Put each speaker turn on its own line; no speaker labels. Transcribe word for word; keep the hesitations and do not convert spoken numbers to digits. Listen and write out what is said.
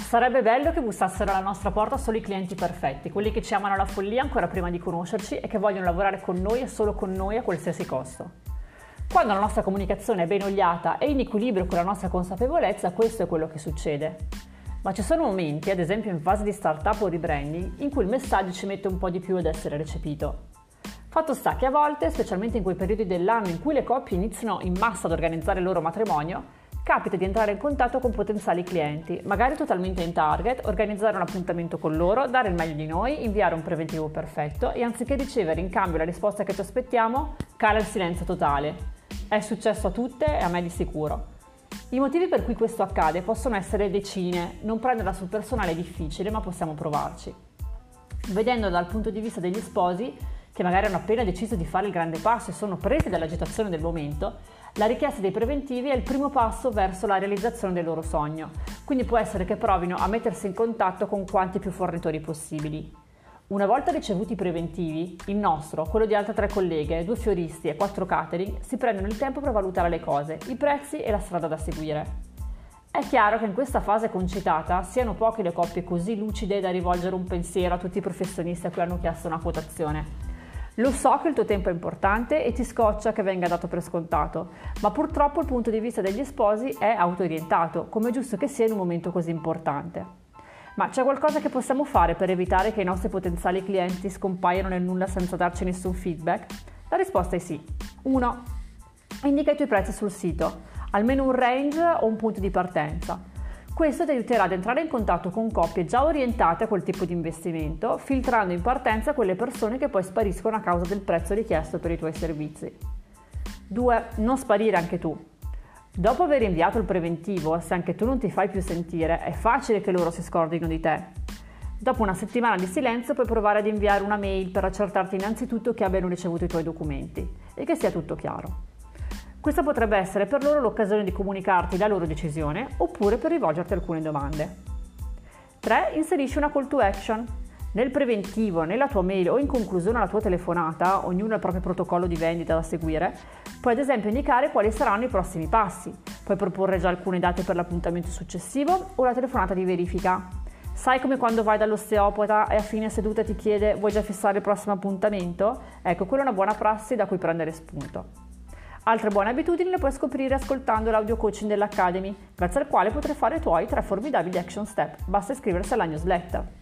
Sarebbe bello che bussassero alla nostra porta solo i clienti perfetti, quelli che ci amano alla follia ancora prima di conoscerci e che vogliono lavorare con noi e solo con noi a qualsiasi costo. Quando la nostra comunicazione è ben oliata e in equilibrio con la nostra consapevolezza, questo è quello che succede. Ma ci sono momenti, ad esempio in fase di startup o rebranding, in cui il messaggio ci mette un po' di più ad essere recepito. Fatto sta che a volte, specialmente in quei periodi dell'anno in cui le coppie iniziano in massa ad organizzare il loro matrimonio, capita di entrare in contatto con potenziali clienti, magari totalmente in target, organizzare un appuntamento con loro, dare il meglio di noi, inviare un preventivo perfetto e anziché ricevere in cambio la risposta che ci aspettiamo, cala il silenzio totale. È successo a tutte e a me di sicuro. I motivi per cui questo accade possono essere decine, non prenderla sul personale è difficile, ma possiamo provarci. Vedendo dal punto di vista degli sposi, che magari hanno appena deciso di fare il grande passo e sono presi dall'agitazione del momento, la richiesta dei preventivi è il primo passo verso la realizzazione del loro sogno, quindi può essere che provino a mettersi in contatto con quanti più fornitori possibili. Una volta ricevuti i preventivi, il nostro, quello di altre tre colleghe, due fioristi e quattro catering, si prendono il tempo per valutare le cose, i prezzi e la strada da seguire. È chiaro che in questa fase concitata siano poche le coppie così lucide da rivolgere un pensiero a tutti i professionisti a cui hanno chiesto una quotazione. Lo so che il tuo tempo è importante e ti scoccia che venga dato per scontato, ma purtroppo il punto di vista degli sposi è auto-orientato, come è giusto che sia in un momento così importante. Ma c'è qualcosa che possiamo fare per evitare che i nostri potenziali clienti scompaiano nel nulla senza darci nessun feedback? La risposta è sì. uno. Indica i tuoi prezzi sul sito, almeno un range o un punto di partenza. Questo ti aiuterà ad entrare in contatto con coppie già orientate a quel tipo di investimento, filtrando in partenza quelle persone che poi spariscono a causa del prezzo richiesto per i tuoi servizi. due. Non sparire anche tu. Dopo aver inviato il preventivo, se anche tu non ti fai più sentire, è facile che loro si scordino di te. Dopo una settimana di silenzio puoi provare ad inviare una mail per accertarti innanzitutto che abbiano ricevuto i tuoi documenti e che sia tutto chiaro. Questa potrebbe essere per loro l'occasione di comunicarti la loro decisione oppure per rivolgerti alcune domande. tre. Inserisci una call to action. Nel preventivo, nella tua mail o in conclusione alla tua telefonata, ognuno ha il proprio protocollo di vendita da seguire, puoi ad esempio indicare quali saranno i prossimi passi. Puoi proporre già alcune date per l'appuntamento successivo o la telefonata di verifica. Sai come quando vai dall'osteopata e a fine seduta ti chiede vuoi già fissare il prossimo appuntamento? Ecco, quella è una buona prassi da cui prendere spunto. Altre buone abitudini le puoi scoprire ascoltando l'audio coaching dell'Academy, grazie al quale potrai fare i tuoi tre formidabili action step. Basta iscriversi alla newsletter.